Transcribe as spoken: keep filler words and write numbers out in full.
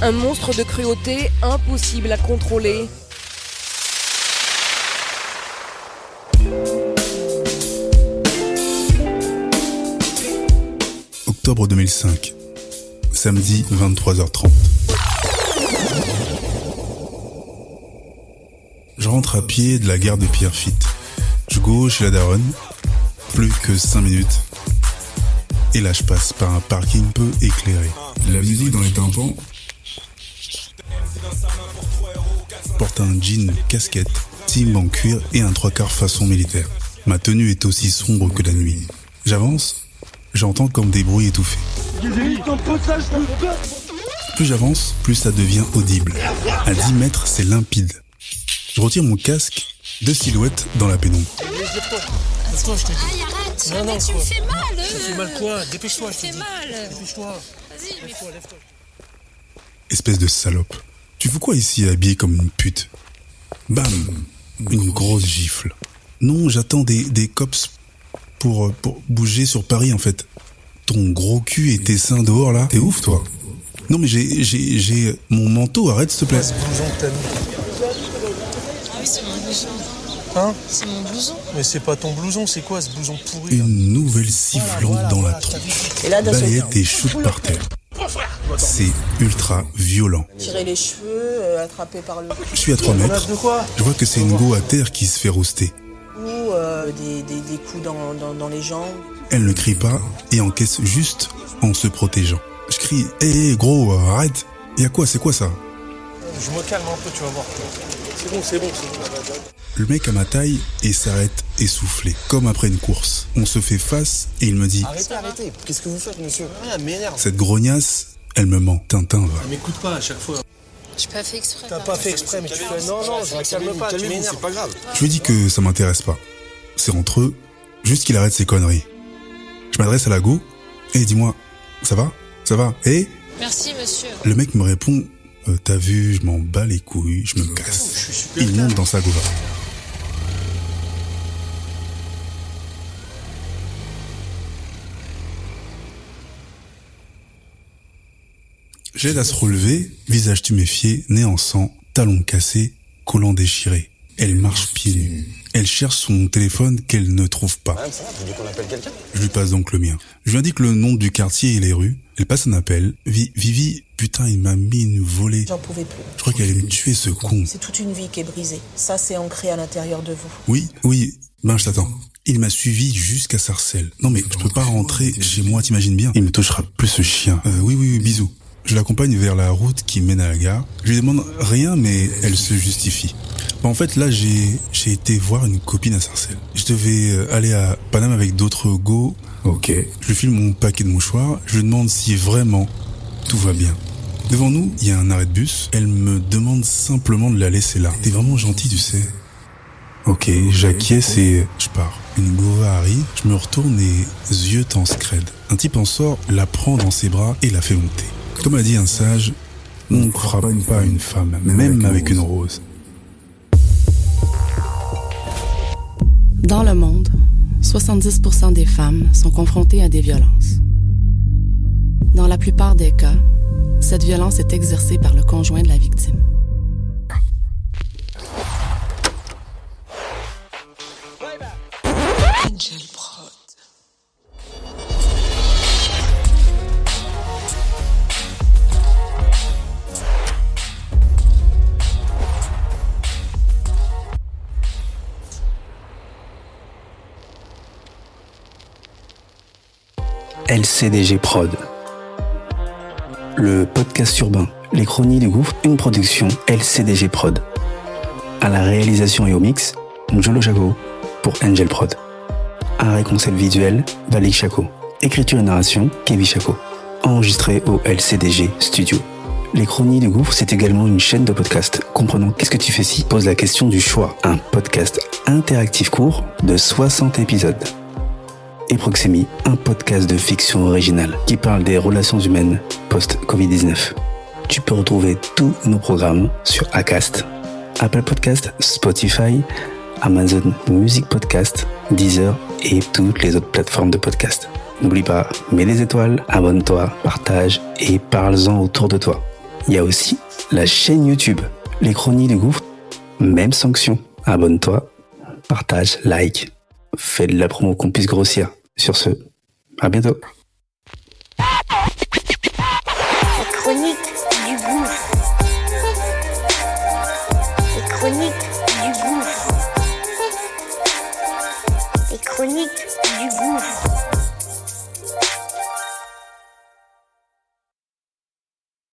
Un monstre de cruauté impossible à contrôler. Octobre deux mille cinq, samedi vingt-trois heures trente. Je rentre à pied de la gare de Pierrefitte. Je go chez la daronne, plus que cinq minutes. Et là je passe par un parking peu éclairé. La musique dans les tympans. Porte un jean casquette, team en cuir et un trois quarts façon militaire. Ma tenue est aussi sombre que la nuit. J'avance, j'entends comme des bruits étouffés. Plus j'avance, plus ça devient audible. À dix mètres, c'est limpide. Je retire mon casque, deux silhouettes dans la pénombre. Dépêche-toi, je te dis. Aïe, arrête, Non, non, mais tu quoi. me fais mal. Tu me fais mal quoi? Dépêche-toi, je te Tu me dis. fais mal. Dépêche-toi. Vas-y, mais Lève-toi, lève-toi. Espèce de salope. Tu fous quoi ici habillé comme une pute? Bam! Une grosse gifle. Non, j'attends des, des cops pour, pour bouger sur Paris en fait. Ton gros cul et tes seins dehors là, t'es ouf toi. Non mais j'ai, j'ai, j'ai mon manteau, arrête s'il te plaît. Ce blouson que t'as mis. Ah oui, c'est mon blouson. Hein? C'est mon blouson. Mais c'est pas ton blouson, c'est quoi ce blouson pourri là? Une nouvelle sifflante dans la tronche. Balayette et shoot par terre. C'est ultra violent. Tirer les cheveux, euh, attraper par le cou, Je suis à trois mètres. De quoi? Je vois que c'est une go à terre qui se fait rouster. euh, des, des, des coups dans, dans, dans les jambes. Elle ne crie pas et encaisse juste en se protégeant. Je crie « Hé hey, gros, arrête !» Y'a quoi, c'est quoi ça? Je me calme un peu, tu vas voir. C'est bon, c'est bon, c'est bon. Le mec a ma taille et s'arrête essoufflé, comme après une course. On se fait face et il me dit Arrêtez, arrêtez. Qu'est-ce que vous faites, monsieur? Rien, m'énerve. Cette grognasse, elle me ment. Tintin va. Elle m'écoute pas à chaque fois. J'ai pas fait exprès. T'as pas fait exprès, mais tu fais. Non, non, je me calme pas, tu m'énerves. C'est pas grave. Je lui dis que ça m'intéresse pas. C'est entre eux, juste qu'il arrête ses conneries. Je m'adresse à la go et dis-moi, ça va? Ça va? Eh? Merci, monsieur. Le mec me répond euh, t'as vu, je m'en bats les couilles, je me casse. Il monte dans sa gova. J'aide à se relever, visage tuméfié, nez en sang, talons cassés, collants déchirés. Elle marche pieds nus. Elle cherche son téléphone qu'elle ne trouve pas. Madame, ça va? Tu dis qu'on appelle quelqu'un? Je lui passe donc le mien. Je lui indique le nom du quartier et les rues. Elle passe un appel. Vi- Vivi, putain, il m'a mis une volée. J'en pouvais plus. Je crois qu'elle allait me tuer, ce con. C'est toute une vie qui est brisée. Ça, c'est ancré à l'intérieur de vous. Oui, oui, ben je t'attends. Il m'a suivi jusqu'à Sarcelles. Non mais je peux pas rentrer chez moi, t'imagines bien. Il me touchera plus ce chien. Euh, oui, oui, oui, bisous. Je l'accompagne vers la route qui mène à la gare. Je lui demande rien, mais elle se justifie. Bon, en fait, là, j'ai j'ai été voir une copine à Sarcelles. Je devais aller à Paname avec d'autres go. Ok. Je lui file mon paquet de mouchoirs. Je lui demande si vraiment tout va bien. Devant nous, il y a un arrêt de bus. Elle me demande simplement de la laisser là. T'es vraiment gentil, tu sais. Ok, j'acquiesce et je pars. Une gova arrive, je me retourne et yeux en scred. Un type en sort, la prend dans ses bras et la fait monter. Comme a dit un sage, on ne frappe pas une femme, même avec une rose. Dans le monde, soixante-dix pour cent des femmes sont confrontées à des violences. Dans la plupart des cas, cette violence est exercée par le conjoint de la victime. Angel Prod. L C D G Prod. Le podcast urbain, les chroniques du gouffre, une production L C D G Prod. À la réalisation et au mix, Njolo Jago pour Angel Prod. Arrêt concept visuel, Valik Chaco. Écriture et narration, Kevin Chaco. Enregistré au L C D G Studio. Les Chroniques du Gouffre, c'est également une chaîne de podcast comprenant Qu'est-ce que tu fais si pose la question du choix. Un podcast interactif court de soixante épisodes. Et Proxémie, un podcast de fiction originale qui parle des relations humaines post-covid dix-neuf. Tu peux retrouver tous nos programmes sur Acast, Apple Podcast, Spotify, Amazon Music Podcast, Deezer et toutes les autres plateformes de podcast. N'oublie pas, mets des étoiles, abonne-toi, partage et parle-en autour de toi. Il y a aussi la chaîne YouTube, Les Chronies du Gouffre, même sanction. Abonne-toi, partage, like, fais de la promo qu'on puisse grossir. Sur ce, à bientôt. Les Chroniques du Gouffre.